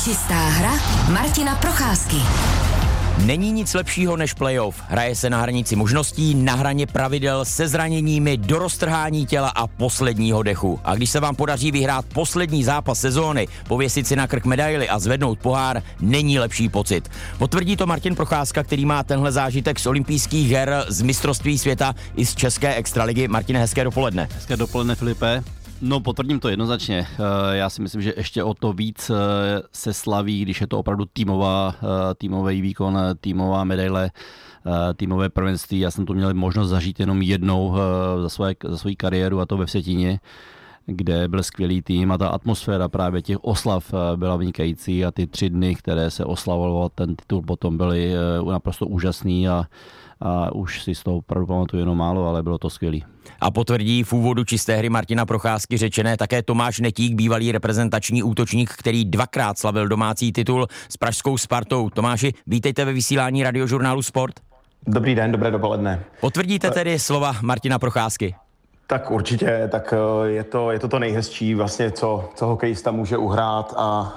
Čistá hra Martina Procházky. Není nic lepšího než playoff. Hraje se na hranici možností, na hraně pravidel, se zraněními, do roztrhání těla a posledního dechu. A když se vám podaří vyhrát poslední zápas sezóny, pověsit si na krk medaili a zvednout pohár, není lepší pocit. Potvrdí to Martin Procházka, který má tenhle zážitek z olympijských her, z mistrovství světa i z české extraligy. Martine, hezké dopoledne. Hezké dopoledne, Filipe. No, potvrdím to jednoznačně. Já si myslím, že ještě o to víc se slaví, když je to opravdu týmový výkon, týmová medaile, týmové prvenství. Já jsem to měl možnost zažít jenom jednou za svou kariéru, a to ve Vsetíně, kde byl skvělý tým a ta atmosféra právě těch oslav byla vynikající a ty 3 dny, které se oslavoval ten titul, potom byly naprosto úžasný a už si z toho opravdu pamatuju jenom málo, ale bylo to skvělý. A potvrdí v úvodu čisté hry Martina Procházky řečené také Tomáš Netík, bývalý reprezentační útočník, který 2krát slavil domácí titul s pražskou Spartou. Tomáši, vítejte ve vysílání Radiožurnálu Sport. Dobrý den, dobré dopoledne. Potvrdíte tedy slova Martina Procházky? Tak určitě, tak je to nejhezčí vlastně, co hokejista může uhrát a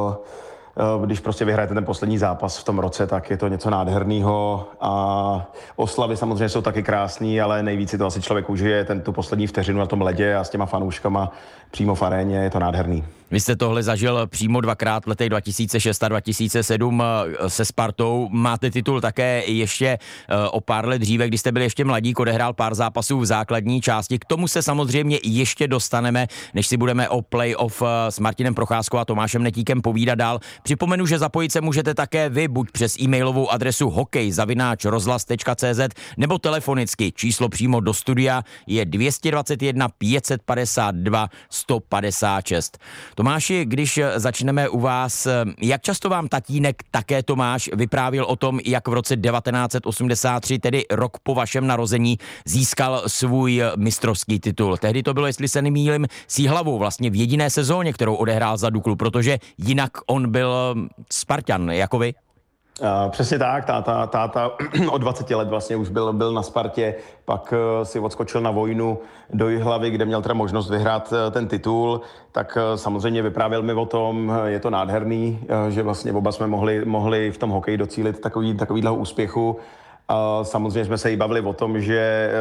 když prostě vyhrajete ten poslední zápas v tom roce, tak je to něco nádherného a oslavy samozřejmě jsou taky krásný, ale nejvíc si to asi člověk užije tu poslední vteřinu na tom ledě a s těma fanouškama přímo v aréně, je to nádherný. Vy jste tohle zažil přímo 2krát v letech 2006 a 2007 se Spartou. Máte titul také ještě o pár let dříve, když jste byli ještě mladík, odehrál pár zápasů v základní části. K tomu se samozřejmě ještě dostaneme, než si budeme o playoff s Martinem Procházkou a Tomášem Netíkem povídat dál. Připomenu, že zapojit se můžete také vy, buď přes e-mailovou adresu hokej@rozhlas.cz nebo telefonicky. Číslo přímo do studia je 221 552 156. Tomáši, když začneme u vás, jak často vám tatínek, také Tomáš, vyprávěl o tom, jak v roce 1983, tedy rok po vašem narození, získal svůj mistrovský titul. Tehdy to bylo, jestli se nemýlím, s Jihlavou vlastně v jediné sezóně, kterou odehrál za Duklu, protože jinak on byl Spartan, jako vy. Přesně tak, táta od 20 let vlastně už byl na Spartě, pak si odskočil na Vojnu do Jihlavy, kde měl teda možnost vyhrát ten titul, tak samozřejmě vyprávěl mi o tom, je to nádherný, že vlastně oba jsme mohli v tom hokeji docílit takovýhle úspěchu. A samozřejmě jsme se i bavili o tom, že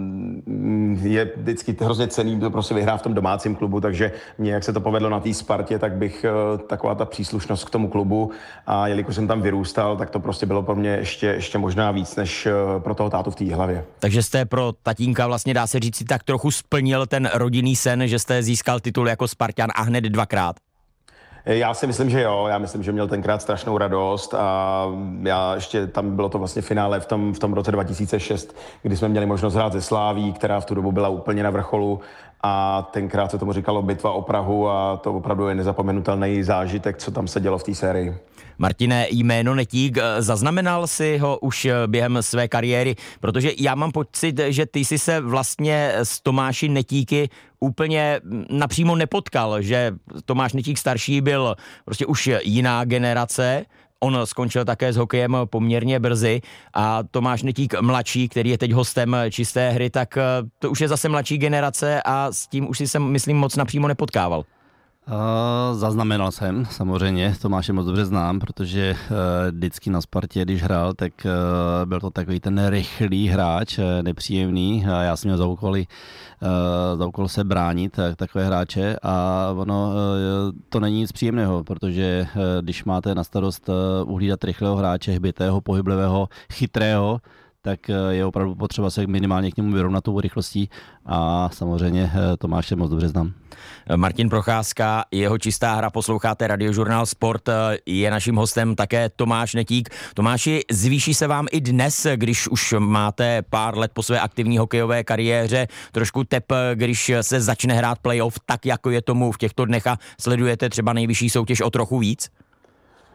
je vždycky hrozně cenný to prostě vyhrát v tom domácím klubu, takže mě, jak se to povedlo na té Spartě, tak bych taková ta příslušnost k tomu klubu a jelikož jsem tam vyrůstal, tak to prostě bylo pro mě ještě možná víc než pro toho tátu v té Jihlavě. Takže jste pro tatínka vlastně, dá se říct, tak trochu splnil ten rodinný sen, že jste získal titul jako Spartan a hned 2krát. Já si myslím, že jo. Já myslím, že měl tenkrát strašnou radost a já ještě tam bylo to vlastně finále v tom roce 2006, kdy jsme měli možnost hrát ze Sláví, která v tu dobu byla úplně na vrcholu a tenkrát se tomu říkalo bitva o Prahu a to opravdu je nezapomenutelný zážitek, co tam se dělo v té sérii. Martine, jméno Netík, zaznamenal si ho už během své kariéry, protože já mám pocit, že ty jsi se vlastně s Tomáši Netíky úplně napřímo nepotkal, že Tomáš Netík starší byl prostě už jiná generace, on skončil také s hokejem poměrně brzy a Tomáš Netík mladší, který je teď hostem čisté hry, tak to už je zase mladší generace a s tím už si se, myslím, moc napřímo nepotkával. Zaznamenal jsem, samozřejmě, Tomáše moc dobře znám, protože vždycky na Spartě, když hrál, tak byl to takový ten rychlý hráč, nepříjemný a já jsem měl za úkol se bránit takové hráče a ono to není nic příjemného, protože když máte na starost uhlídat rychlého hráče, hbitého, pohyblivého, chytrého, tak je opravdu potřeba se minimálně k němu vyrovnat tou rychlostí a samozřejmě Tomáše moc dobře znám. Martin Procházka, jeho čistá hra, posloucháte Radiožurnál Sport, je naším hostem také Tomáš Netík. Tomáši, zvýší se vám i dnes, když už máte pár let po své aktivní hokejové kariéře, trošku tep, když se začne hrát playoff, tak jako je tomu v těchto dnech a sledujete třeba nejvyšší soutěž o trochu víc?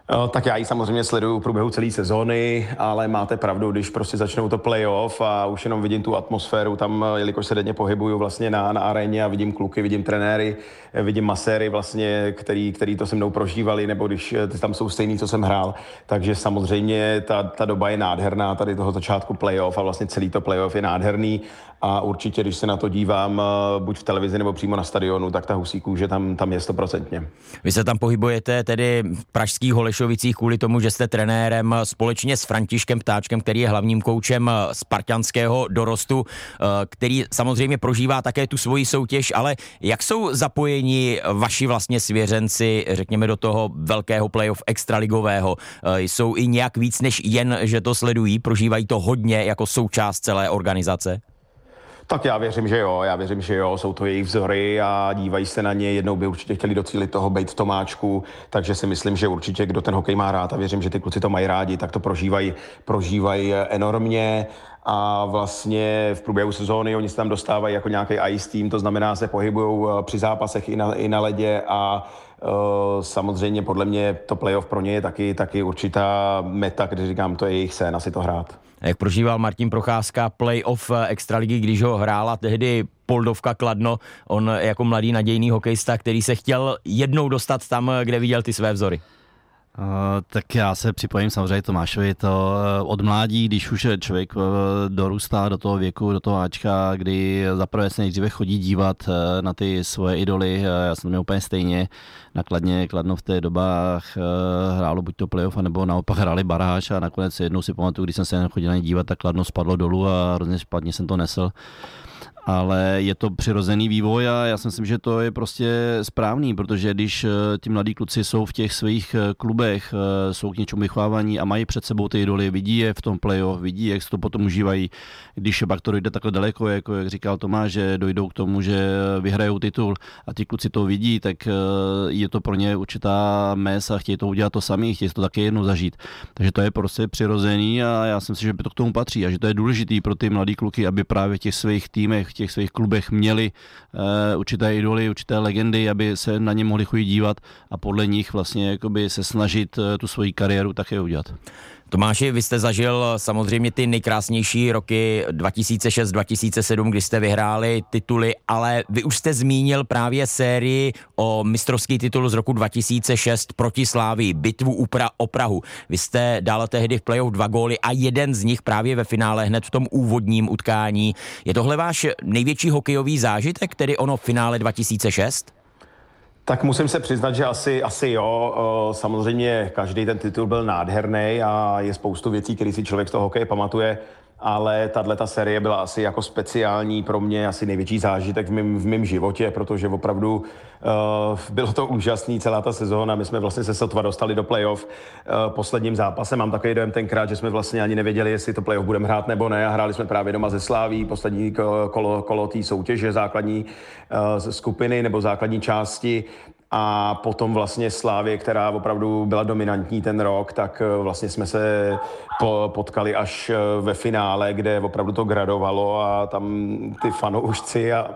Tak já ji samozřejmě sleduju v průběhu celé sezóny, ale máte pravdu, když prostě začnou to playoff a už jenom vidím tu atmosféru tam, jelikož se denně pohybuju vlastně na aréně a vidím kluky, vidím trenéry, vidím maséry vlastně, který to se mnou prožívali, nebo když tam jsou stejný, co jsem hrál. Takže samozřejmě ta doba je nádherná, tady toho začátku playoff a vlastně celý to playoff je nádherný a určitě, když se na to dívám buď v televizi nebo přímo na stadionu, tak ta husí kůže tam je 100%. Vy se tam pohybujete tedy v pražských Holešovicích kvůli tomu, že jste trenérem společně s Františkem Ptáčkem, který je hlavním koučem spartanského dorostu, který samozřejmě prožívá také tu svoji soutěž, ale jak jsou zapojeni vaši vlastně svěřenci, řekněme, do toho velkého playoff extraligového? Jsou i nějak víc než jen, že to sledují? Prožívají to hodně jako součást celé organizace? Tak já věřím, že jo, jsou to jejich vzory a dívají se na ně, jednou by určitě chtěli docílit toho být v Tomáčku, takže si myslím, že určitě kdo ten hokej má rád a věřím, že ty kluci to mají rádi, tak to prožívají enormně a vlastně v průběhu sezóny oni se tam dostávají jako nějaký ice team, to znamená se pohybujou při zápasech i na ledě a samozřejmě podle mě to playoff pro ně je taky určitá meta, když říkám, to je jejich sen asi to hrát. Jak prožíval Martin Procházka playoff extraligy, když ho hrála tehdy Poldovka Kladno, on jako mladý nadějný hokejista, který se chtěl jednou dostat tam, kde viděl ty své vzory? Tak já se připojím samozřejmě Tomášovi, to od mládí, když už člověk dorůstá do toho věku, do toho Ačka, kdy zaprvé se nejdříve chodí dívat na ty svoje idoly, já jsem měl úplně stejně, na Kladno v té dobách hrálo buď to playoff, nebo naopak hráli baráž a nakonec jednou si pamatuju, když jsem se chodil na ně dívat, tak Kladno spadlo dolů a hrozně špatně jsem to nesl. Ale je to přirozený vývoj a já si myslím, že to je prostě správný, protože když ti mladí kluci jsou v těch svých klubech, jsou k něčemu vychovávaní a mají před sebou ty idoly, vidí je v tom playoff, vidí, jak se to potom užívají, když pak to dojde takhle daleko, jako jak říkal Tomáš, že dojdou k tomu, že vyhrajou titul a ti kluci to vidí, tak je to pro ně určitá mez a chtějí to udělat to sami, chtějí to také jednou zažít. Takže to je prostě přirozený a já si myslím, že to k tomu patří a že to je důležitý pro ty mladý kluky, aby právě v těch svých týmech, v těch svých klubech měli určité idoly, určité legendy, aby se na ně mohli chodit dívat a podle nich vlastně jakoby se snažit tu svoji kariéru také udělat. Tomáši, vy jste zažil samozřejmě ty nejkrásnější roky 2006-2007, kdy jste vyhráli tituly, ale vy už jste zmínil právě sérii o mistrovský titul z roku 2006 proti Slávii, bitvu o Prahu. Vy jste dal tehdy v playoff 2 góly a jeden z nich právě ve finále hned v tom úvodním utkání. Je tohle váš největší hokejový zážitek, tedy ono finále 2006? Tak musím se přiznat, že asi jo. Samozřejmě každý ten titul byl nádherný a je spoustu věcí, které si člověk z toho hokeje pamatuje, ale tato série byla asi jako speciální pro mě, asi největší zážitek v mém životě, protože opravdu bylo to úžasný celá ta sezóna. My jsme vlastně se sotva dostali do playoff posledním zápasem. Mám takový dojem tenkrát, že jsme vlastně ani nevěděli, jestli to playoff budeme hrát nebo ne a hráli jsme právě doma ze Sláví, poslední kolo té soutěže, základní skupiny nebo základní části. A potom vlastně Slávě, která opravdu byla dominantní ten rok, tak vlastně jsme se potkali až ve finále, kde opravdu to gradovalo a tam ty fanoušci a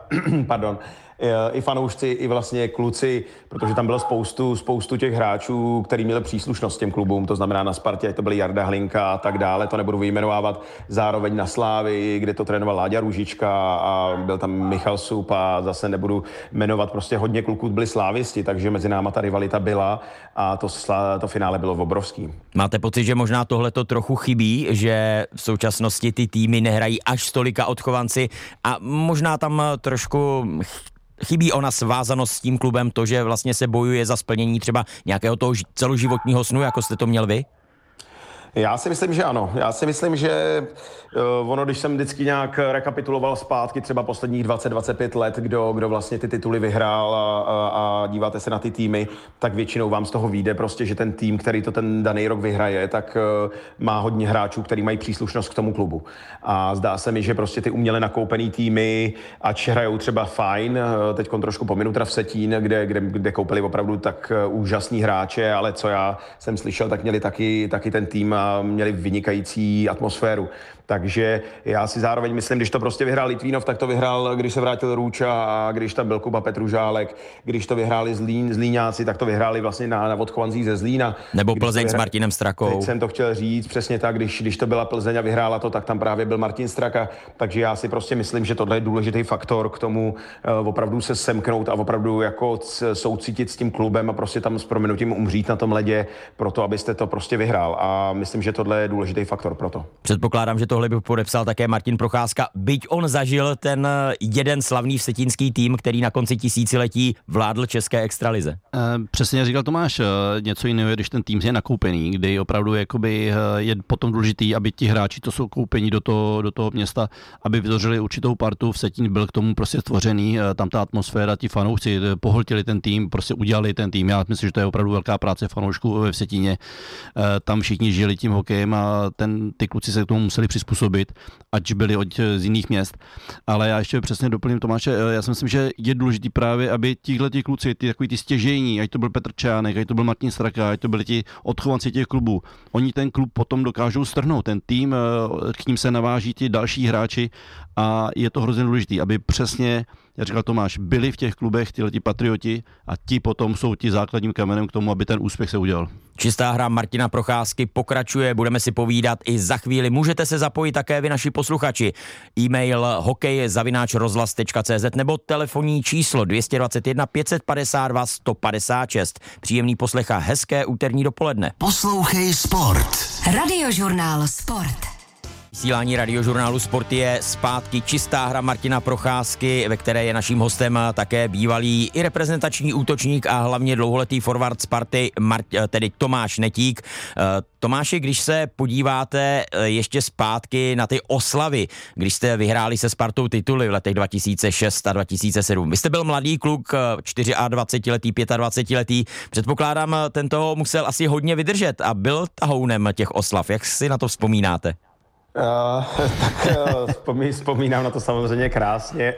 i fanoušci, i vlastně kluci, protože tam bylo spoustu těch hráčů, který měli příslušnost těm klubům, to znamená na Spartě, to byl Jarda Hlinka a tak dále, to nebudu vyjmenovávat, zároveň na Slávii, kde to trénoval Láďa Růžička a byl tam Michal Sup a zase nebudu jmenovat, prostě hodně kluků byli slávisti, takže mezi náma ta rivalita byla a to finále bylo obrovský. Máte pocit, že možná tohle to trochu chybí, že v současnosti ty týmy nehrají až s tolika odchovanci a možná tam trošku chybí ona svázanost s tím klubem, to, že vlastně se bojuje za splnění třeba nějakého toho celoživotního snu, jako jste to měl vy? Já si myslím, že ano. Já si myslím, že ono, když jsem vždycky nějak rekapituloval zpátky třeba posledních 20-25 let, kdo vlastně ty tituly vyhrál a díváte se na ty týmy, tak většinou vám z toho vyjde prostě, že ten tým, který to ten daný rok vyhraje, tak má hodně hráčů, který mají příslušnost k tomu klubu. A zdá se mi, že prostě ty uměle nakoupený týmy, ač hrajou třeba fajn, teď trošku pominu v Vsetín, kde koupili opravdu tak úžasný hráče, ale co já jsem slyšel, tak měli taky ten tým a měli vynikající atmosféru. Takže já si zároveň myslím, když to prostě vyhrál Litvínov, tak to vyhrál, když se vrátil Růča, a když tam byl Kuba Petružálek, když to vyhráli Zlíňáci, tak to vyhráli vlastně na odchovancích ze Zlína. Nebo Plzeň s Martinem Strakou. Teď jsem to chtěl říct, přesně tak, když to byla Plzeň a vyhrála to, tak tam právě byl Martin Straka, takže já si prostě myslím, že tohle je důležitý faktor k tomu opravdu se semknout a opravdu jako soucítit s tím klubem a prostě tam s prominutím umřít na tom ledě proto, abyste to prostě vyhrál, a myslím, že tohle je důležitý faktor pro to. Předpokládám, že tohle by podepsal také Martin Procházka, byť on zažil ten jeden slavný vsetínský tým, který na konci tisíciletí vládl české extralize. Přesně říkal Tomáš, něco jiného, když ten tým je nakoupený, kdy opravdu jakoby je potom důležitý, aby ti hráči, to jsou koupení do toho města, aby vytvořili určitou partu. Vsetín byl k tomu prostě stvořený, tam ta atmosféra, ti fanoušci pohltili ten tým, prostě udělali ten tým. Já myslím, že to je opravdu velká práce fanoušků ve Vsetíně. Tam všichni žili tím hokejem a ty kluci se k tomu museli přizpůsobit, ať byli z jiných měst. Ale já ještě přesně doplním Tomáše, já si myslím, že je důležitý právě, aby tihleti kluci, takový ty stěžejní, ať to byl Petr Čánek, ať to byl Martin Straka, ať to byli ti odchovanci těch klubů, oni ten klub potom dokážou strhnout, ten tým, k ním se naváží ti další hráči a je to hrozně důležitý, aby přesně, jak říkal Tomáš, byli v těch klubech ti patrioti a ti potom jsou ti základním kamenem k tomu, aby ten úspěch se udělal. Čistá hra Martina Procházky pokračuje, budeme si povídat i za chvíli. Můžete se zapojit také vy, naši posluchači. E-mail hokej@rozhlas.cz nebo telefonní číslo 221 552 156. Příjemný poslech a hezké úterní dopoledne. Poslouchej Sport. Radiožurnál Sport. Vysílání Radiožurnálu Sport je zpátky. Čistá hra Martina Procházky, ve které je naším hostem také bývalý i reprezentační útočník a hlavně dlouholetý forward Sparty, tedy Tomáš Netík. Tomáši, když se podíváte ještě zpátky na ty oslavy, když jste vyhráli se Spartou tituly v letech 2006 a 2007. Vy jste byl mladý kluk, 24letý, 25letý. Předpokládám, ten toho musel asi hodně vydržet a byl tahounem těch oslav. Jak si na to vzpomínáte? Vzpomínám na to samozřejmě krásně.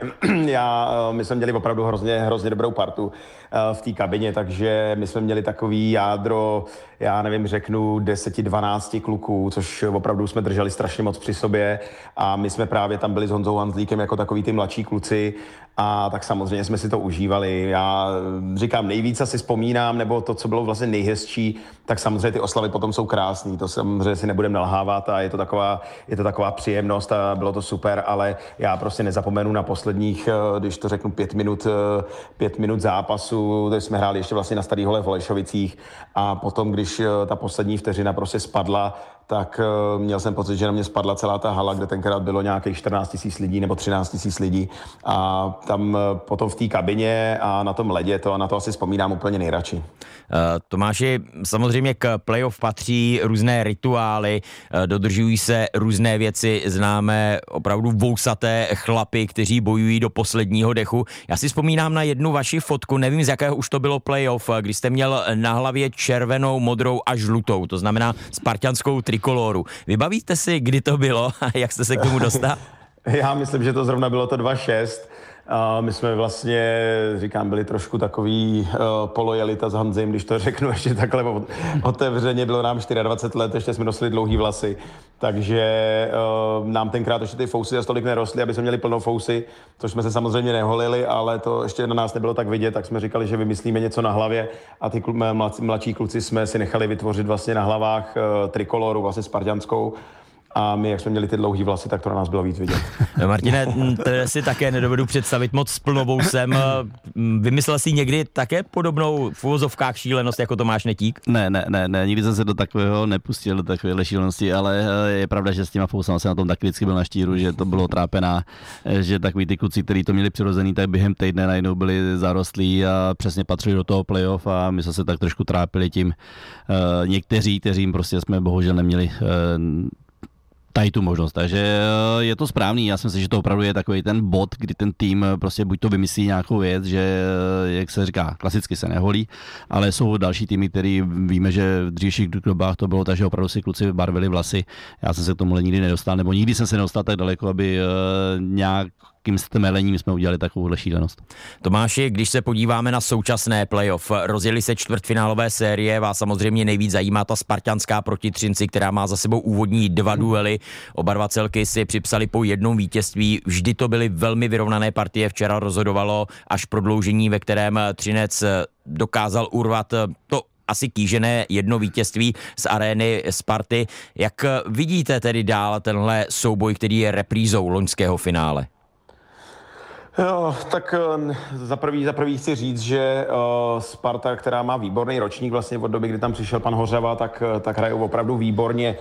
My jsme měli opravdu hrozně dobrou partu v té kabině, takže my jsme měli takový jádro, já nevím, řeknu 10-12 kluků, což opravdu jsme drželi strašně moc při sobě a my jsme právě tam byli s Honzou Hanzlíkem jako takový ty mladší kluci a tak samozřejmě jsme si to užívali. Já říkám, nejvíc asi vzpomínám, nebo to, co bylo vlastně nejhezčí, tak samozřejmě ty oslavy potom jsou krásný, to samozřejmě si nebudeme nalhávat a je to taková příjemnost a bylo to super, ale já prostě nezapomenu na posledních, když to řeknu 5 minut zápasu, kde jsme hráli ještě vlastně na Starý Hole v Holešovicích a potom, když ta poslední vteřina prostě spadla, tak měl jsem pocit, že na mě spadla celá ta hala, kde tenkrát bylo nějakých 14 000 lidí nebo 13 000 lidí a tam potom v té kabině a na tom ledě na to asi vzpomínám úplně nejradši. Tomáši, samozřejmě k playoff patří různé rituály, dodržují se různé věci, známe opravdu vousaté chlapy, kteří bojují do posledního dechu. Já si vzpomínám na jednu vaši fotku, nevím z jakého už to bylo playoff, když jste měl na hlavě červenou, modrou a žlutou, to znamená spartanskou trikoloru. Vybavíte si, kdy to bylo a jak jste se k tomu dostal? Já myslím, že to zrovna bylo to 2-6. My jsme vlastně, říkám, byli trošku takový polojelita s Hanzem, když to řeknu ještě takhle otevřeně, bylo nám 24 let, ještě jsme nosili dlouhý vlasy, takže nám tenkrát ještě ty fousy za tolik nerostly, aby jsme měli plnou fousy, což jsme se samozřejmě neholili, ale to ještě na nás nebylo tak vidět, tak jsme říkali, že vymyslíme něco na hlavě a ty mladší kluci jsme si nechali vytvořit vlastně na hlavách trikoloru, vlastně spartanskou. A my, jak jsme měli ty dlouhý vlasy, tak to na nás bylo víc vidět. Martine, to si také nedovedu představit moc s plnovousem. Vymyslel jsi někdy také podobnou v uvozovkách šílenost jako Tomáš Netík? Ne, nikdy jsem se do takového nepustil, do takovéhle šílenosti, ale je pravda, že s těma fousama jsem na tom taky vždycky byl na štíru, že to bylo trápená, že takový ty kluci, kteří to měli přirozený, tak během týdne najednou byli zarostlí a přesně patřili do toho playoff a my jsme se tak trošku trápili tím někteří, kteřím prostě jsme bohužel neměli tady tu možnost, takže je to správný, já si myslím, že to opravdu je takový ten bod, kdy ten tým prostě buď to vymyslí nějakou věc, že jak se říká, klasicky se neholí, ale jsou další týmy, který víme, že v dřívějších dobách to bylo tak, že opravdu si kluci barvili vlasy, já jsem se k tomu nikdy nedostal, nebo nikdy jsem se nedostal tak daleko, aby nějak jakým stmelením jsme udělali takovouhle šílenost. Tomáši, když se podíváme na současné playoff, rozjeli se čtvrtfinálové série, vás samozřejmě nejvíc zajímá ta spartanská proti Třinci, která má za sebou úvodní 2 duely. Oba dva celky si připsali po jednom vítězství. Vždy to byly velmi vyrovnané partie, včera rozhodovalo až prodloužení, ve kterém Třinec dokázal urvat to asi kýžené jedno vítězství z arény Sparty. Jak vidíte tedy dál tenhle souboj, který je reprízou loňského finále? Jo, tak za prvý chci říct, že Sparta, která má výborný ročník vlastně od doby, kdy tam přišel pan Hořava, tak hraje opravdu výborně.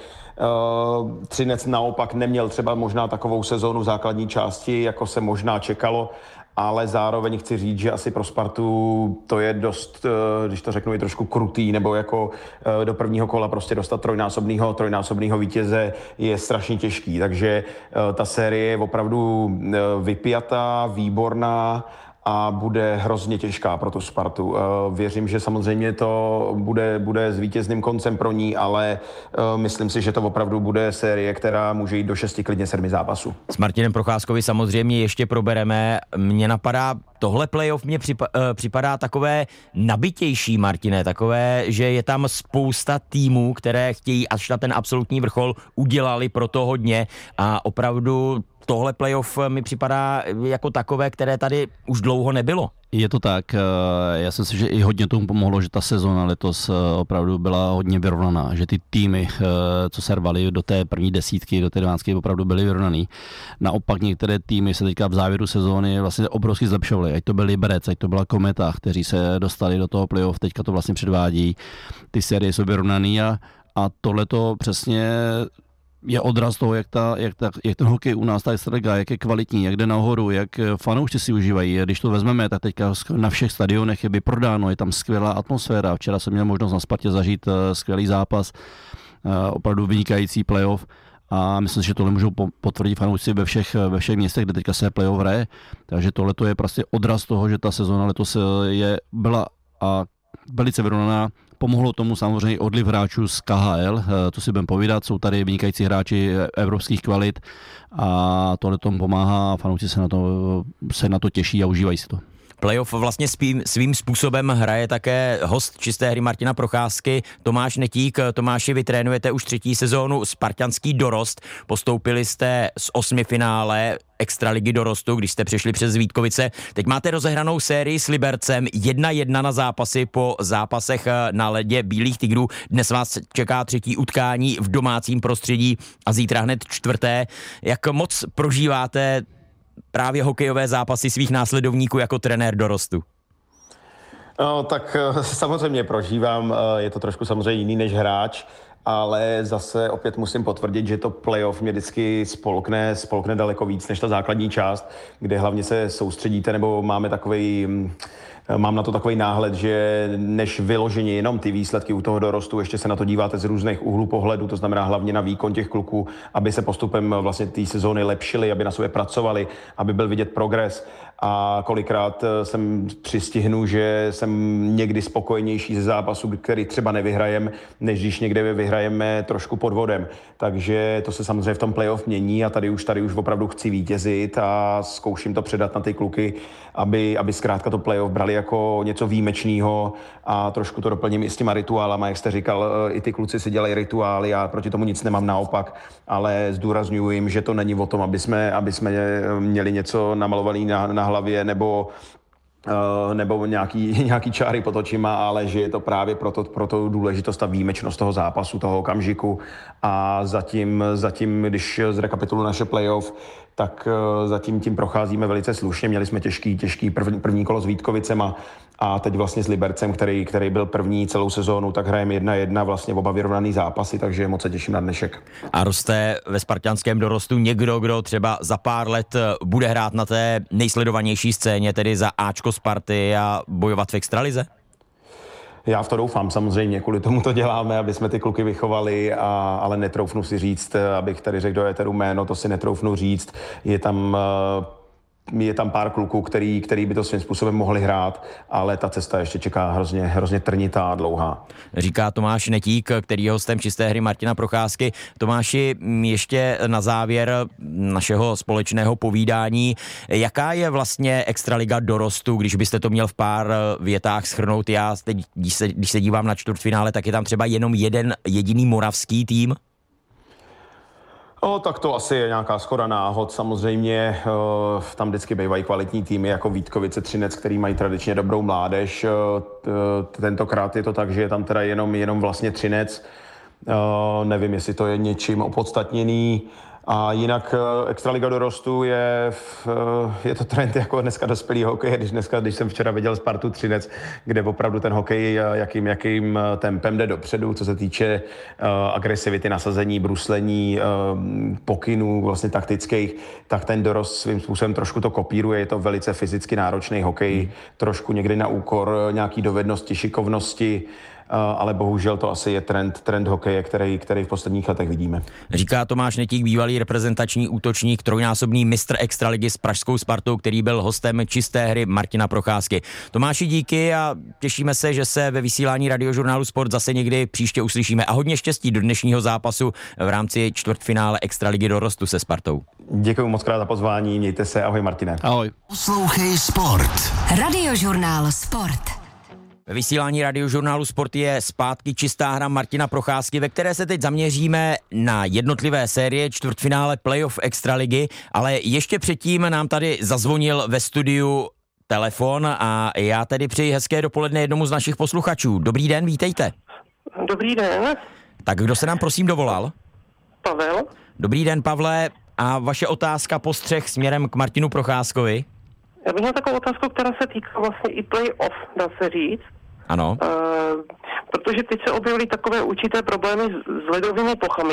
Třinec naopak neměl třeba možná takovou sezónu v základní části, jako se možná čekalo, ale zároveň chci říct, že asi pro Spartu to je dost, když to řeknu, je trošku krutý, nebo jako do prvního kola prostě dostat trojnásobného vítěze je strašně těžký, takže ta série je opravdu vypjatá, výborná a bude hrozně těžká pro tu Spartu. Věřím, že samozřejmě to bude s vítězným koncem pro ní, ale myslím si, že to opravdu bude série, která může jít do 6, klidně 7 zápasů. S Martinem Procházkovi samozřejmě ještě probereme. Mně napadá, tohle playoff mě připadá takové nabitější, Martine, takové, že je tam spousta týmů, které chtějí až na ten absolutní vrchol, udělali pro to hodně a opravdu tohle playoff mi připadá jako takové, které tady už dlouho nebylo. Je to tak. Já si myslím, že i hodně tomu pomohlo, že ta sezona letos opravdu byla hodně vyrovnaná, že ty týmy, co se rvaly do té první desítky, do té 12, opravdu byly vyrovnaný. Naopak některé týmy se teďka v závěru sezóny vlastně obrovsky zlepšovaly. Ať to byl Liberec, ať to byla Kometa, kteří se dostali do toho playoff, teďka to vlastně předvádí. Ty série jsou vyrovnaný a tohleto přesně je odraz toho, jak ten hokej u nás, ta extraliga, jak je kvalitní, jak jde nahoru, jak fanoušci si užívají. Když to vezmeme, tak teďka na všech stadionech je vyprodáno, je tam skvělá atmosféra. Včera jsem měl možnost na Spartě zažít skvělý zápas, opravdu vynikající playoff. A myslím, že tohle můžou potvrdit fanoušci ve všech městech, kde teďka se playoff hraje. Takže tohle je prostě odraz toho, že ta sezóna letos byla a velice vyrovnaná. Pomohlo tomu samozřejmě odliv hráčů z KHL, to si budeme povídat, jsou tady vynikající hráči evropských kvalit a tohle tomu pomáhá a fanoušci se na to těší a užívají si to. Playoff vlastně svým způsobem hraje také host čisté hry Martina Procházky, Tomáš Netík. Tomáši, vy trénujete už 3. sezónu spartanský dorost. Postoupili jste z 8 finále extraligy dorostu, když jste přešli přes Vítkovice. Teď máte rozehranou sérii s Libercem 1-1 na zápasy po zápasech na ledě Bílých tigrů. Dnes vás čeká 3. utkání v domácím prostředí a zítra hned 4. Jak moc prožíváte právě hokejové zápasy svých následovníků jako trenér dorostu? No, tak samozřejmě prožívám, je to trošku samozřejmě jiný než hráč, ale zase opět musím potvrdit, že to playoff mě vždycky spolkne daleko víc než ta základní část, kde hlavně se soustředíte, nebo mám na to takový náhled, že než vyloženě jenom ty výsledky u toho dorostu, ještě se na to díváte z různých úhlů pohledu, to znamená hlavně na výkon těch kluků, aby se postupem vlastně té sezóny lepšili, aby na sobě pracovali, aby byl vidět progres. A kolikrát jsem přistihnu, že jsem někdy spokojenější ze zápasu, který třeba nevyhrajem, než když někde vyhrajeme trošku pod vodem. Takže to se samozřejmě v tom playoff mění a tady už opravdu chci vítězit a zkouším to předat na ty kluky, aby zkrátka to playoff brali jako něco výjimečného a trošku to doplním i s těma rituálama, jak jste říkal, i ty kluci si dělají rituály a proti tomu nic nemám, naopak, ale zdůrazňuji jim, že to není o tom, aby jsme měli něco namalovaný na hlavě nebo nějaký čáry pod očima, ale že je to právě pro to důležitost, ta výjimečnost toho zápasu, toho okamžiku a zatím když zrekapituluji naše playoff, tak zatím tím procházíme velice slušně. Měli jsme těžký první kolo s Vítkovicema a teď vlastně s Libercem, který byl první celou sezónu, tak hrajeme 1-1, vlastně oba vyrovnaný zápasy, takže moc se těším na dnešek. A roste ve spartanském dorostu někdo, kdo třeba za pár let bude hrát na té nejsledovanější scéně, tedy za Ačko Sparty a bojovat v extralize? Já v to doufám samozřejmě, kvůli tomu to děláme, aby jsme ty kluky vychovali, ale netroufnu si říct, abych tady řekl do éteru jméno, to si netroufnu říct. Je tam je tam pár kluků, který by to svým způsobem mohli hrát, ale ta cesta ještě čeká hrozně trnitá a dlouhá. Říká Tomáš Netík, který je hostem Čisté hry Martina Procházky. Tomáši, ještě na závěr našeho společného povídání, jaká je vlastně extraliga dorostu, když byste to měl v pár větách shrnout? Já teď, když se dívám na čtvrtfinále, tak je tam třeba jenom jeden jediný moravský tým. Tak to asi je nějaká shoda náhod. Samozřejmě tam vždycky bývají kvalitní týmy jako Vítkovice, Třinec, který mají tradičně dobrou mládež. Tentokrát je to tak, že je tam teda jenom vlastně Třinec. Nevím, jestli to je něčím opodstatněný. A jinak extraliga dorostu je to trend jako dneska dospělý hokej. Když jsem včera viděl Spartu Třinec, kde opravdu ten hokej jakým tempem jde dopředu, co se týče agresivity, nasazení, bruslení, pokynů vlastně taktických, tak ten dorost svým způsobem trošku to kopíruje. Je to velice fyzicky náročný hokej, trošku někdy na úkor nějaký dovednosti, šikovnosti, ale bohužel to asi je trend hokeje, který v posledních letech vidíme. Říká Tomáš Netík, bývalý reprezentační útočník, trojnásobný mistr extraligy s pražskou Spartou, který byl hostem Čisté hry Martina Procházky. Tomáši, díky a těšíme se, že se ve vysílání Radiožurnálu Sport zase někdy příště uslyšíme. A hodně štěstí do dnešního zápasu v rámci čtvrtfinále extraligy dorostu se Spartou. Děkuji moc krát za pozvání, mějte se, ahoj Martine. Ahoj. Poslouchej Sport. Radiožurnál Sport. Ve vysílání Radiožurnálu Sport je zpátky Čistá hra Martina Procházky, ve které se teď zaměříme na jednotlivé série čtvrtfinále playoff extraligy, ale ještě předtím nám tady zazvonil ve studiu telefon a já tedy přeji hezké dopoledne jednomu z našich posluchačů. Dobrý den, vítejte. Dobrý den. Tak kdo se nám prosím dovolal? Pavel. Dobrý den, Pavle, a vaše otázka, postřeh směrem k Martinu Procházkovi? Já bych měl takovou otázku, která se týká vlastně i play-off, dá se říct. Ano. Protože teď se objevily takové určité problémy s ledovými plochami,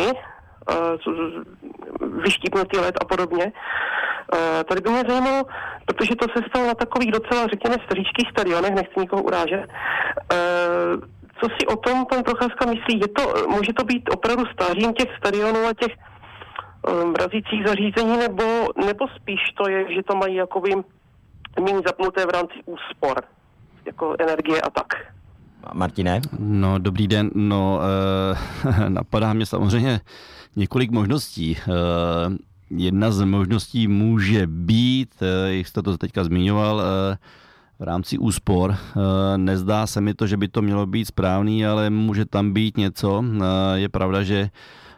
vyštípnutý led a podobně. Tady by mě zajímalo, protože to se stalo na takových docela, řekněme, staříčkých stadionech, nechci nikoho urážet. Co si o tom pan Procházka myslí? Může to být opravdu stářím těch stadionů a těch mrazících zařízení, nebo spíš to je, že to mají jakoby méně zapnuté v rámci úspor, jako energie a tak. Martine? No, dobrý den. No, napadá mě samozřejmě několik možností. Jedna z možností může být, jak jste to teďka zmiňoval, v rámci úspor. Nezdá se mi to, že by to mělo být správný, ale může tam být něco. Je pravda, že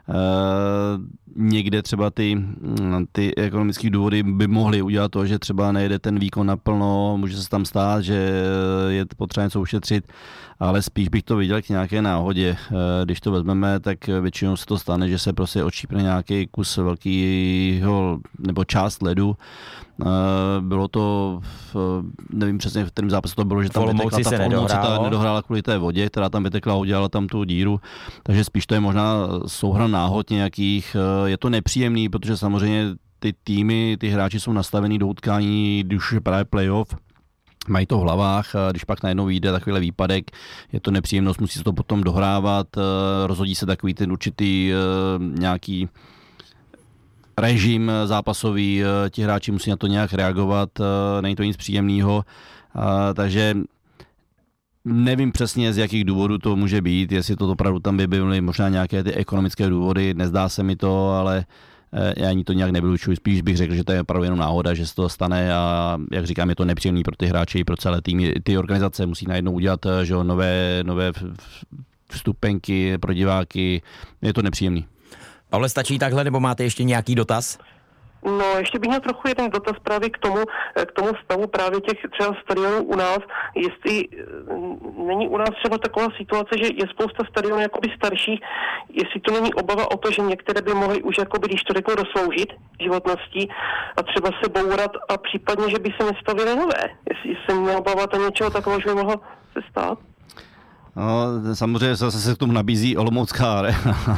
někde třeba ty ekonomické důvody by mohly udělat to, že třeba nejde ten výkon naplno, může se tam stát, že je potřeba něco ušetřit, ale spíš bych to viděl k nějaké náhodě. Když to vezmeme, tak většinou se to stane, že se prostě odšípne nějaký kus velkýho nebo část ledu. Bylo to, nevím přesně v kterém zápasu to bylo, že tam vytekla ta Olomouci nedohrála kvůli té vodě, která tam vytekla a udělala tam tu díru, takže spíš to je možná souhran náhod nějakých. Je to nepříjemný, protože samozřejmě ty týmy, ty hráči jsou nastavený do utkání, když už je právě playoff, mají to v hlavách, a když pak najednou vyjde takovýhle výpadek, je to nepříjemnost, musí se to potom dohrávat, rozhodí se takový ten určitý nějaký režim zápasový, ti hráči musí na to nějak reagovat, není to nic příjemného, takže nevím přesně, z jakých důvodů to může být, jestli to opravdu tam by byly možná nějaké ty ekonomické důvody, nezdá se mi to, ale já ani to nějak nevylučuji, spíš bych řekl, že to je opravdu jenom náhoda, že se to stane a jak říkám, je to nepříjemný pro ty hráče i pro celé týmy. Ty organizace musí najednou udělat že nové vstupenky pro diváky, je to nepříjemný. Pavle, stačí takhle, nebo máte ještě nějaký dotaz? No, ještě bych měl trochu jeden dotaz právě k tomu stavu právě těch třeba stadionů u nás, jestli není u nás třeba taková situace, že je spousta stadionů jakoby starších, jestli to není obava o to, že některé by mohly už jakoby, když to řeknu, dosloužit životností a třeba se bourat a případně, že by se nestavily nové. Jestli se neobáváte něčeho takového, že by mohlo se stát? No, samozřejmě zase se k tomu nabízí Olomoucká arena.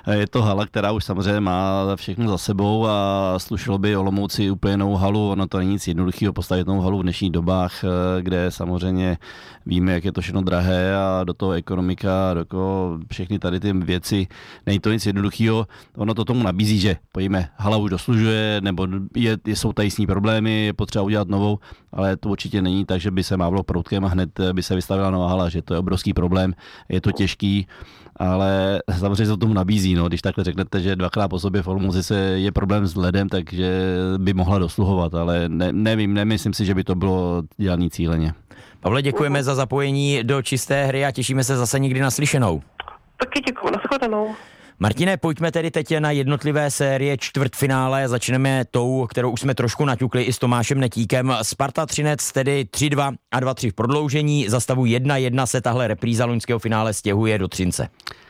Je to hala, která už samozřejmě má všechno za sebou a slušelo by Olomouci úplně jinou halu. Ono to není nic jednoduchého postavit novou halu v dnešních dobách, kde samozřejmě víme, jak je to všechno drahé a do toho ekonomika, do toho všechny tady ty věci. Není to nic jednoduchého. Ono to tomu nabízí, že pojďme, hala už doslužuje, nebo jsou tady s ní problémy, je potřeba udělat novou, ale to určitě není tak, že by se mávlo proutkem a hned by se vystavila nová hala, že to je obrovský problém, je to těžký, ale samozřejmě se to tomu nabízí. No. Když takhle řeknete, že dvakrát po sobě v Olomouci je problém s ledem, takže by mohla dosluhovat, ale nemyslím si, že by to bylo dělaný cíleně. Pavle, děkujeme za zapojení do Čisté hry a těšíme se zase někdy naslyšenou. Taky děkuji, nashledanou. Martine, pojďme tedy teď na jednotlivé série čtvrtfinále. Začneme tou, kterou už jsme trošku naťukli i s Tomášem Netíkem. Sparta Třinec tedy 3-2 a 2-3 v prodloužení. Za stavu 1-1 se tahle repríza loňského finále stěhuje do Třince.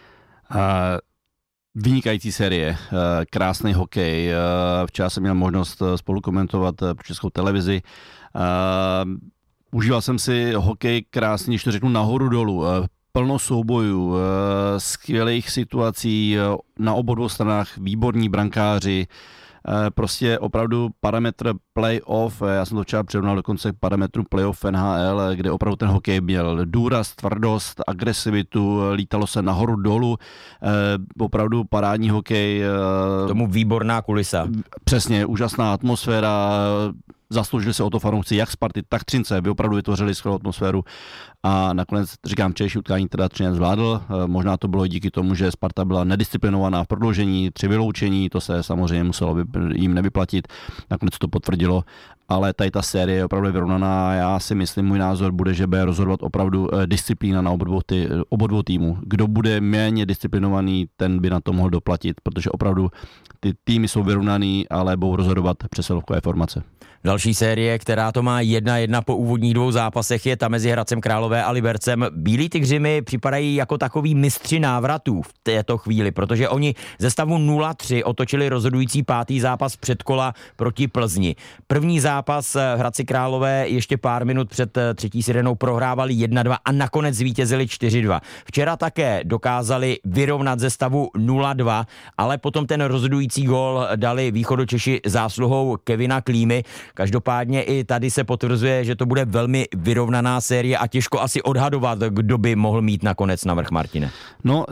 Vynikající série, krásný hokej. Včera jsem měl možnost spolu komentovat pro Českou televizi. Užíval jsem si hokej krásný, když to řeknu nahoru dolů. Plno soubojů, skvělých situací na obou dvou stranách, výborní brankáři, prostě opravdu parametr playoff, já jsem to včera přirovnal dokonce k parametru playoff NHL, kde opravdu ten hokej měl důraz, tvrdost, agresivitu, lítalo se nahoru dolů, opravdu parádní hokej. Tomu výborná kulisa. Přesně, úžasná atmosféra, zasloužili se o to fanoušci jak Sparty, tak Třince, aby opravdu vytvořili skvělou atmosféru a nakonec, říkám, včerejší utkání teda Třinec zvládl, možná to bylo díky tomu, že Sparta byla nedisciplinovaná v prodloužení, 3 vyloučení, to se samozřejmě muselo jim nevyplatit, nakonec to potvrdilo, ale tady ta série je opravdu vyrovnaná, já si myslím, můj názor bude, že bude rozhodovat opravdu disciplína na obou dvou týmů. Kdo bude méně disciplinovaný, ten by na to mohl doplatit, protože opravdu ty týmy jsou vyrovnaný, ale budou rozhodovat přesilovkové formace. Další série, která to má 1-1 po úvodních 2 zápasech, je ta mezi Hradcem Králové a Libercem. Bílí tygři mi připadají jako takový mistři návratů v této chvíli, protože oni ze stavu 0-3 otočili rozhodující 5. zápas předkola proti Plzni. První zápas v Hradci Králové ještě pár minut před třetí sirenou prohrávali 1-2 a nakonec zvítězili 4-2. Včera také dokázali vyrovnat ze stavu 0-2, ale potom ten rozhodující gól dali Východočeši zásluhou Kevina Klímy. Každopádně i tady se potvrzuje, že to bude velmi vyrovnaná série a těžko asi odhadovat, kdo by mohl mít nakonec navrch, Martine. No,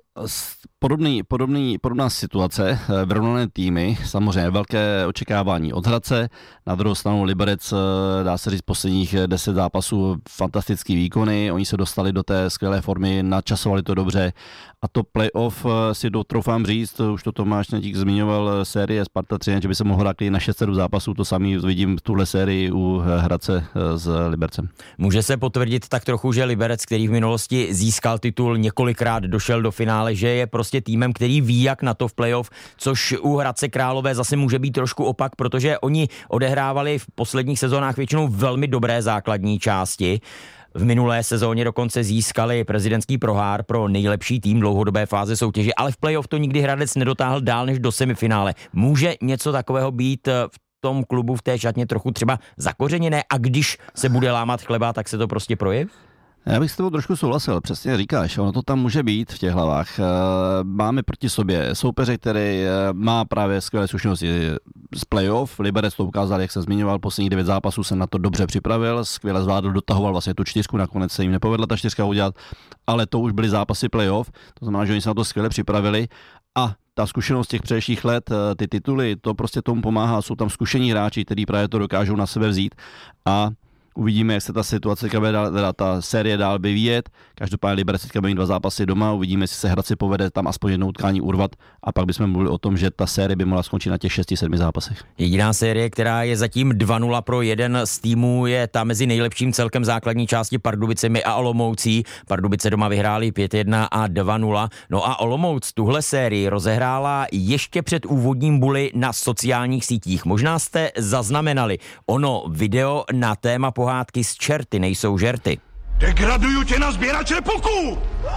podobná situace, vyrovnané týmy, samozřejmě velké očekávání od Hradce, na druhou stranu Liberec, dá se říct, posledních 10 zápasů fantastický výkony, oni se dostali do té skvělé formy, načasovali to dobře a to playoff si dotroufám říct, už to Tomáš Netík zmiňoval, série Sparta Třinec, že by se mohlo dát na 6 zápasů, to samý vidím v tuhle sérii u Hradce s Libercem. Může se potvrdit tak trochu, že Liberec, který v minulosti získal titul, několikrát došel do finále, že je prostě týmem, který ví, jak na to v playoff, což u Hradce Králové zase může být trošku opak, protože oni odehrávali v posledních sezónách většinou velmi dobré základní části. V minulé sezóně dokonce získali prezidentský pohár pro nejlepší tým dlouhodobé fáze soutěže, ale v playoff to nikdy Hradec nedotáhl dál než do semifinále. Může něco takového být v tom klubu v té šatně trochu třeba zakořeněné a když se bude lámat chleba, tak se to prostě projeví? Já bych s tebou trošku souhlasil, přesně říkáš, ono to tam může být v těch hlavách. Máme proti sobě soupeře, který má právě skvělé zkušenosti z playoff. Liberec to ukázal, jak se zmiňoval, posledních 9 zápasů se na to dobře připravil, skvěle zvládl, dotahoval vlastně tu 4, nakonec se jim nepovedla ta 4 udělat, ale to už byly zápasy playoff, to znamená, že oni se na to skvěle připravili a ta zkušenost těch předešlých let, ty tituly, to prostě tomu pomáhá, jsou tam zkušení hráči, kteří právě to dokážou na sebe vzít a uvidíme, jak se ta situace, ta série dál vyvíjet. Každopádně Liberec teďka bude 2 zápasy doma, uvidíme, jestli se Hradci povede tam aspoň jednou utkání urvat a pak bychom mluvili o tom, že ta série by mohla skončit na těch 6-7 zápasech. Jediná série, která je zatím 2-0 pro jeden z týmů, je ta mezi nejlepším celkem základní části Pardubicemi a Olomoucí. Pardubice doma vyhráli 5-1 a 2-0. No a Olomouc tuhle sérii rozehrála ještě před úvodním buly na sociálních sítích. Možná jste zaznamenali ono video na téma pohádky Z čerty nejsou žerty. Degraduju tě na sběrače puků!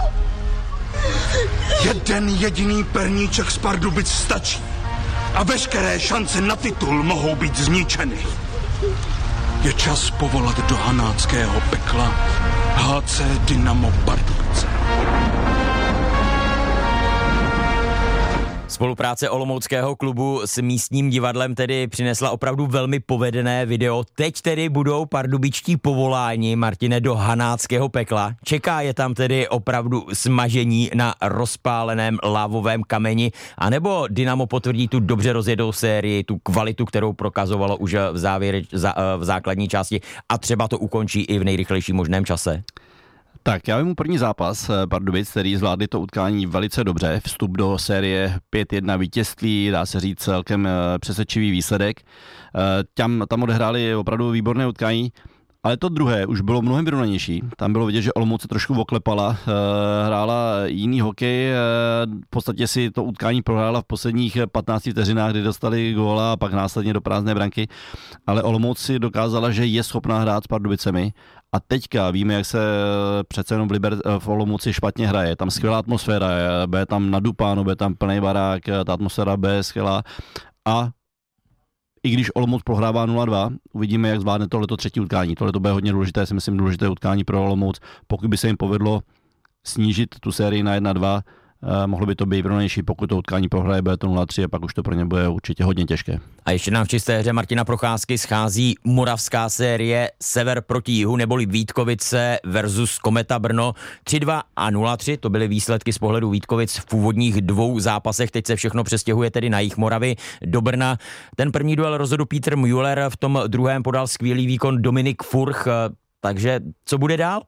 Jeden jediný perníček z Pardubic stačí a veškeré šance na titul mohou být zničeny. Je čas povolat do hanáckého pekla HC Dynamo Pardubice. Spolupráce olomouckého klubu s místním divadlem tedy přinesla opravdu velmi povedené video. Teď tedy budou pardubičtí povoláni, Martine, do hanáckého pekla. Čeká je tam tedy opravdu smažení na rozpáleném lávovém kameni, anebo Dynamo potvrdí tu dobře rozjedou sérii, tu kvalitu, kterou prokazovalo už v základní části a třeba to ukončí i v nejrychlejším možném čase? Tak já vím první zápas Pardubic, který zvládli to utkání velice dobře. Vstup do série 5-1 vítězství, dá se říct celkem přesvědčivý výsledek. Tam odehráli opravdu výborné utkání, ale to druhé už bylo mnohem vyrovnanější. Tam bylo vidět, že Olomouc se trošku oklepala, hrála jiný hokej, v podstatě si to utkání prohrála v posledních 15 vteřinách, kdy dostali góla a pak následně do prázdné branky, ale Olomouc si dokázala, že je schopná hrát s Pardubicemi. A teďka víme, jak se přece jenom v Olomouci špatně hraje. Tam skvělá atmosféra, bude tam nadupáno, bude tam plný barák, ta atmosféra bude skvělá. A i když Olomouc prohrává 0-2, uvidíme, jak zvládne tohleto třetí utkání. Tohleto bude hodně důležité, si myslím, důležité utkání pro Olomouc. Pokud by se jim povedlo snížit tu sérii na 1-2, mohlo by to být vyrovnanější, pokud to utkání prohraje, bude to 0-3 a pak už to pro ně bude určitě hodně těžké. A ještě nám v čisté hře Martina Procházky schází moravská série Sever proti jihu, neboli Vítkovice versus Kometa Brno. 3-2 a 0-3, to byly výsledky z pohledu Vítkovic v původních dvou zápasech. Teď se všechno přestěhuje tedy na jih Moravy do Brna. Ten první duel rozhodl Peter Müller, v tom druhém podal skvělý výkon Dominik Furch. Takže co bude dál?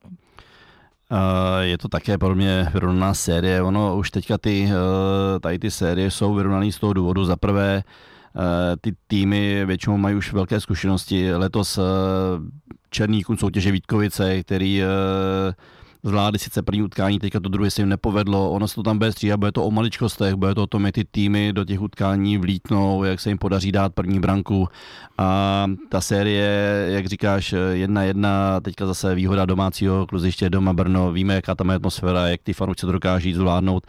Je to také pro mě vyrovnaná série. Ono už teďka tady ty série jsou vyrovnaný z toho důvodu. Za prvé, ty týmy většinou mají už velké zkušenosti. Letos černý kůň soutěže Vítkovice, který zvládli sice první utkání, teďka to druhé se jim nepovedlo. Ono se to tam bude stříhat, bude to o maličkostech, bude to o tom, jak ty týmy do těch utkání vlítnou, jak se jim podaří dát první branku. A ta série, jak říkáš, 1-1, teďka zase výhoda domácího kluziště doma Brno, víme, jaká tam je atmosféra, jak ty fanoušci to dokáží zvládnout.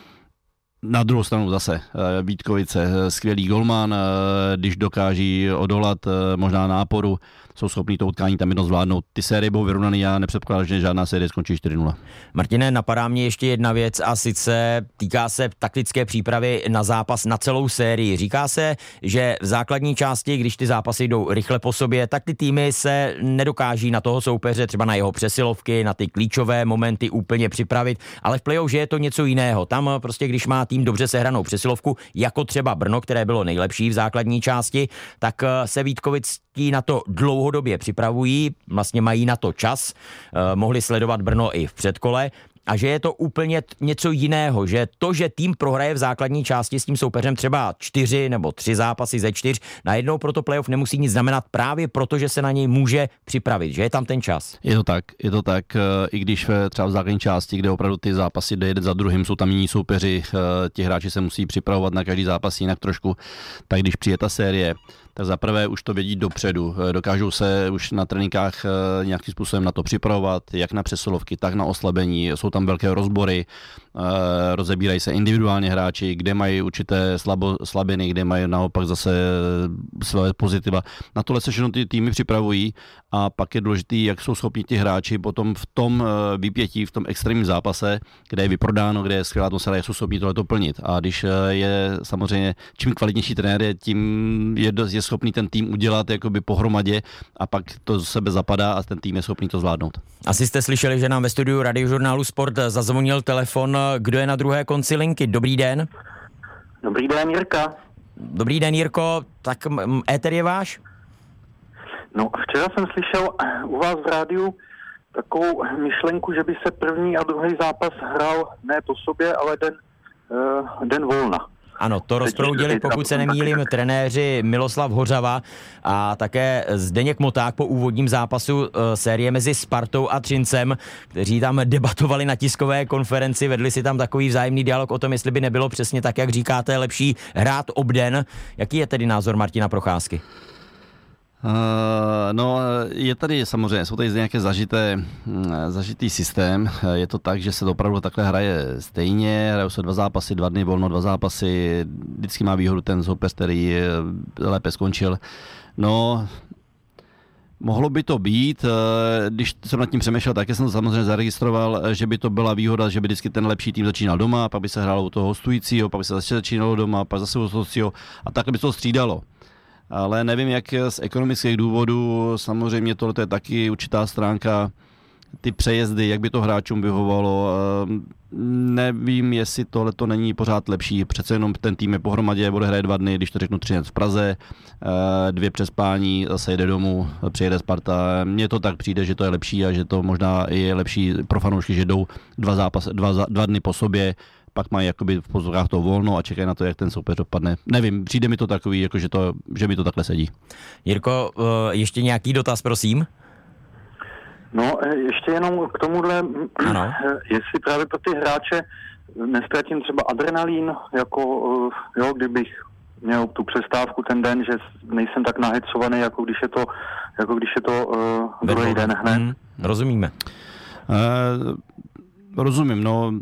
Na druhou stranu zase Vítkovice, skvělý golman, když dokáží odolat možná náporu, jsou schopní to utkání tam jedno zvládnout. Ty série budou vyrovnaný, já nepředpokládám, že žádná série skončí 4-0. Martine, napadá mě ještě jedna věc a sice týká se taktické přípravy na zápas na celou sérii. Říká se, že v základní části, když ty zápasy jdou rychle po sobě, tak ty týmy se nedokáží na toho soupeře, třeba na jeho přesilovky, na ty klíčové momenty úplně připravit, ale v play-off, že je to něco jiného. Tam prostě, když má tým dobře sehranou přesilovku, jako třeba Brno, které bylo nejlepší v základní části, tak se Vítkovictí na to dlouhodobě připravují, vlastně mají na to čas, mohli sledovat Brno i v předkole, a že je to úplně něco jiného, že to, že tým prohraje v základní části s tím soupeřem třeba 4 nebo 3 zápasy ze 4, najednou pro to playoff nemusí nic znamenat právě proto, že se na něj může připravit, že je tam ten čas. Je to tak, i když třeba v základní části, kde opravdu ty zápasy jde jeden za druhým, jsou tam jiní soupeři, ti hráči se musí připravovat na každý zápas jinak trošku, tak když přijde ta série, tak zaprvé už to vědí dopředu. Dokážou se už na tréninkách nějakým způsobem na to připravovat, jak na přesilovky, tak na oslabení. Jsou tam velké rozbory, rozebírají se individuálně hráči, kde mají určité slabiny, kde mají naopak zase své pozitiva. Na tohle se všechno ty týmy připravují a pak je důležité, jak jsou schopni ti hráči potom v tom výpětí, v tom extrémním zápase, kde je vyprodáno, kde je skvělá atmosféra, jak jsou schopni tohleto plnit. A když je samozřejmě, čím kvalitnější trenér je, tím je schopný ten tým udělat jakoby pohromadě a pak to do sebe zapadá a ten tým je schopný to zvládnout. Asi jste slyšeli, že nám ve studiu Radiožurnálu Sport zazvonil telefon. Kdo je na druhé konci linky? Dobrý den. Dobrý den, Jirka. Dobrý den, Jirko. Tak éter je váš? No, včera jsem slyšel u vás v rádiu takovou myšlenku, že by se první a druhý zápas hrál ne po sobě, ale den volna. Ano, to rozproudili, pokud se nemýlím, trenéři Miloslav Hořava a také Zdeněk Moták po úvodním zápasu série mezi Spartou a Třincem, kteří tam debatovali na tiskové konferenci, vedli si tam takový vzájemný dialog o tom, jestli by nebylo přesně tak, jak říkáte, lepší hrát obden. Jaký je tedy názor Martina Procházky? No, je tady samozřejmě, jsou tady nějaké zažitý systém. Je to tak, že se to opravdu takhle hraje stejně, hrajou se 2 zápasy, 2 dny volno, 2 zápasy, vždycky má výhodu ten soupeř, který lépe skončil. No, Mohlo by to být, když jsem nad tím přemýšlel, tak jsem to samozřejmě zaregistroval, že by to byla výhoda, že by vždycky ten lepší tým začínal doma, pak by se hrálo u toho hostujícího, pak by se zase začínalo doma, pak zase u hostujícího a takhle by to střídalo. Ale nevím, jak z ekonomických důvodů, samozřejmě tohle je taky určitá stránka, ty přejezdy, jak by to hráčům vyhovovalo. Nevím, jestli tohle to není pořád lepší. Přece jenom ten tým je pohromadě, bude hraje 2 dny, když to řeknu 3 dny v Praze, 2 přespání, zase jede domů, přijede Sparta. Mně to tak přijde, že to je lepší a že to možná je lepší pro fanoušky, že jdou 2 dny po sobě, pak mají jakoby v pozorách to volno a čekají na to, jak ten soupeř dopadne. Nevím, přijde mi to takový, jako že mi to takhle sedí. Jirko, ještě nějaký dotaz, prosím? No, ještě jenom k tomuhle, ano. Jestli právě pro ty hráče nestratím třeba adrenalín, jako jo, kdybych měl tu přestávku ten den, že nejsem tak nahecovaný, jako když je to druhý den hned. Rozumíme. Rozumím, no...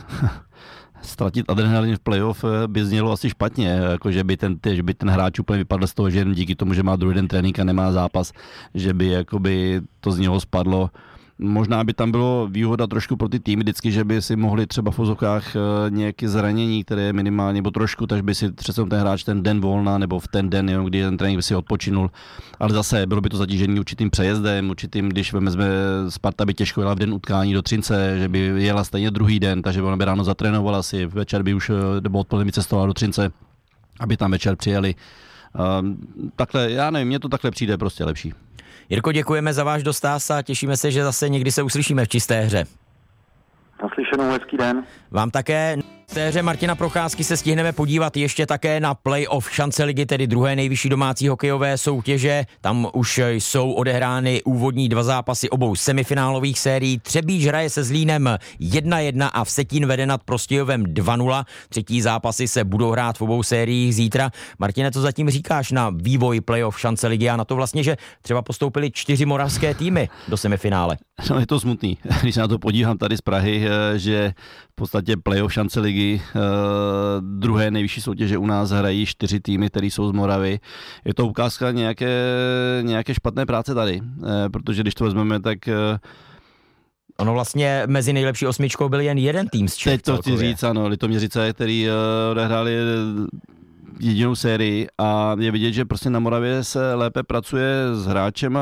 Ztratit adrenalin v playoff by znělo asi špatně, jako že by ten hráč úplně vypadl z toho, že jen díky tomu, že má druhý den trénink a nemá zápas, že by jakoby to z něho spadlo. Možná by tam bylo výhoda trošku pro ty týmy vždycky, že by si mohli třeba v vozovkách nějaké zranění, které je minimálně, nebo trošku, takže by si třeba ten hráč ten den volna, nebo v ten den, jenom kdy ten trénink by si odpočinul. Ale zase bylo by to zatížení určitým přejezdem, když vezme Sparta by těžko jela v den utkání do Třince, že by jela stejně druhý den, takže ona by ráno zatrénovala si, večer by už nebo odpoledne by cestovala do Třince, aby tam večer přijeli. Takhle, já nevím, mně to takhle přijde prostě lepší. Jirko, děkujeme za váš dotaz a těšíme se, že zase někdy se uslyšíme v čisté hře. Naslyšenou, hezký den. Vám také. V té hře Martina Procházky se stihneme podívat ještě také na play-off šance ligy, tedy druhé nejvyšší domácí hokejové soutěže. Tam už jsou odehrány úvodní 2 zápasy obou semifinálových sérií. Třebíč hraje se Zlínem 1-1 a Vsetín vede nad Prostějovem 2-0. Třetí zápasy se budou hrát v obou sériích zítra. Martine, co zatím říkáš na vývoj play-off šance ligy a na to vlastně, že třeba postoupili 4 moravské týmy do semifinále? No, je to smutný, když se na to podívám tady z Prahy, že v podstatě play-off šance ligy, druhé nejvyšší soutěže u nás hrají 4 týmy, které jsou z Moravy. Je to ukázka nějaké špatné práce tady, protože když to vezmeme, tak... Ono vlastně mezi nejlepší 8 byl jen jeden tým z Čech. Teď to chci říct, ano, Litoměřice, který odehráli jedinou sérii a je vidět, že prostě na Moravě se lépe pracuje s hráčema,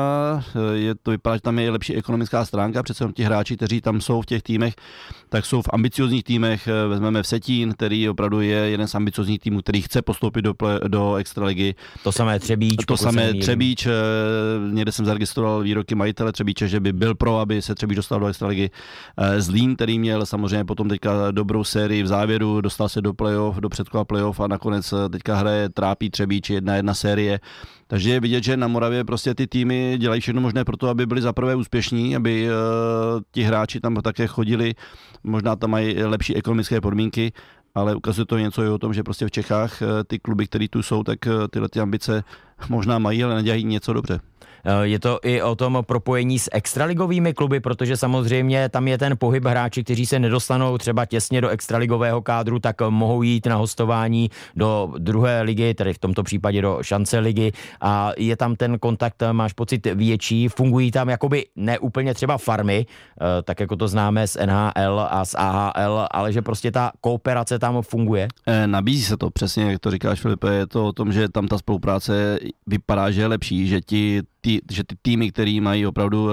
to vypadá, že tam je lepší ekonomická stránka, přece ti hráči, kteří tam jsou v těch týmech, tak jsou v ambiciozních týmech, vezmeme Vsetín, který opravdu je jeden z ambiciozních týmů, který chce postoupit do extraligy. To samé Třebíč. Třebíč, někde jsem zaregistroval výroky majitele Třebíče, že by byl pro, aby se Třebíč dostal do extraligy. Zlín, který měl samozřejmě potom teďka dobrou sérii v závěru, dostal se do playoff, do předkola playoff a nakonec teďka hraje trápí Třebíč 1-1 série. Takže je vidět, že na Moravě prostě ty týmy dělají všechno možné pro to, aby byli zaprvé úspěšní, aby ti hráči tam také chodili, možná tam mají lepší ekonomické podmínky, ale ukazuje to něco i o tom, že prostě v Čechách ty kluby, které tu jsou, tak tyhle ty ambice možná mají, ale nedělají něco dobře. Je to i o tom propojení s extraligovými kluby, protože samozřejmě tam je ten pohyb hráči, kteří se nedostanou třeba těsně do extraligového kádru, tak mohou jít na hostování do druhé ligy, tedy v tomto případě do šance ligy a je tam ten kontakt, máš pocit, větší, fungují tam jakoby ne úplně třeba farmy, tak jako to známe z NHL a z AHL, ale že prostě ta kooperace tam funguje. Nabízí se to, přesně jak to říkáš, Filipe, je to o tom, že tam ta spolupráce vypadá, že je lepší, že ty týmy, který mají opravdu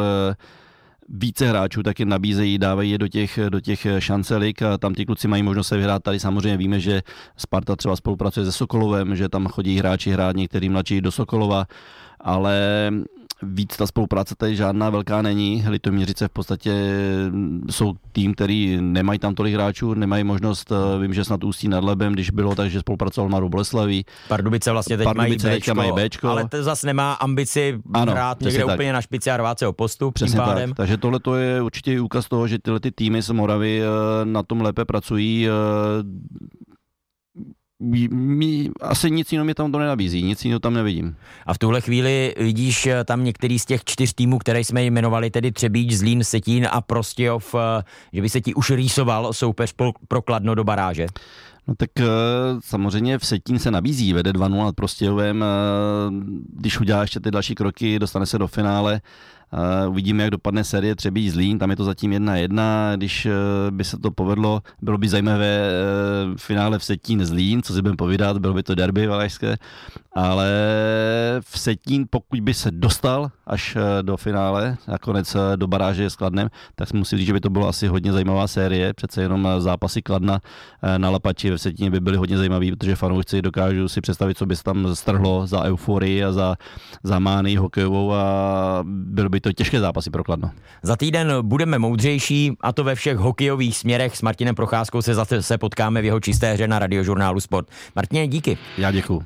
více hráčů, tak je nabízejí, dávají je do těch šance lig a tam ti kluci mají možnost se vyhrát. Tady samozřejmě víme, že Sparta třeba spolupracuje se Sokolovem, že tam chodí hráči hrát některý mladší do Sokolova, ale víc ta spolupráce tady žádná velká není. Litoměřice v podstatě jsou tým, který nemají tam tolik hráčů, nemají možnost, vím, že snad Ústí nad Labem, když bylo, takže spolupracoval Mladou Boleslaví. Pardubice vlastně teď mají Bčko, ale to zase nemá ambici hrát někde tak úplně na špici a rvát se o postup. Přesně tak, takže tohle to je určitě úkaz toho, že tyhle ty týmy z Moravy na tom lépe pracují. asi nic jiného mi tam to nenabízí, nic jiného tam nevidím. A v tuhle chvíli vidíš tam některý z těch 4 týmů, které jsme jmenovali, tedy Třebíč, Zlín, Vsetín a Prostějov, že by se ti už rýsoval soupeř pro Kladno do baráže? No tak samozřejmě Vsetín se nabízí, vede 2-0 nad Prostějovem, když udělá ještě ty další kroky, dostane se do finále. Uvidíme, jak dopadne série Třebíč Zlín, tam je to zatím 1-1, když by se to povedlo, bylo by zajímavé finále Vsetín Zlín, co si budeme povídat, bylo by to derby valašské, ale Vsetín, pokud by se dostal až do finále, nakonec do baráže s Kladnem, tak si musím říct, že by to bylo asi hodně zajímavá série, přece jenom zápasy Kladna na Lapači ve Vsetíně by byly hodně zajímavý, protože fanoušci dokážou si představit, co by se tam strhlo za euforii a za mánii hokejovou a bylo by to těžké zápasy pro Kladno. Za týden budeme moudřejší, a to ve všech hokejových směrech. S Martinem Procházkou se zase potkáme v jeho čisté hře na Radiožurnálu Sport. Martině, díky. Já děkuju.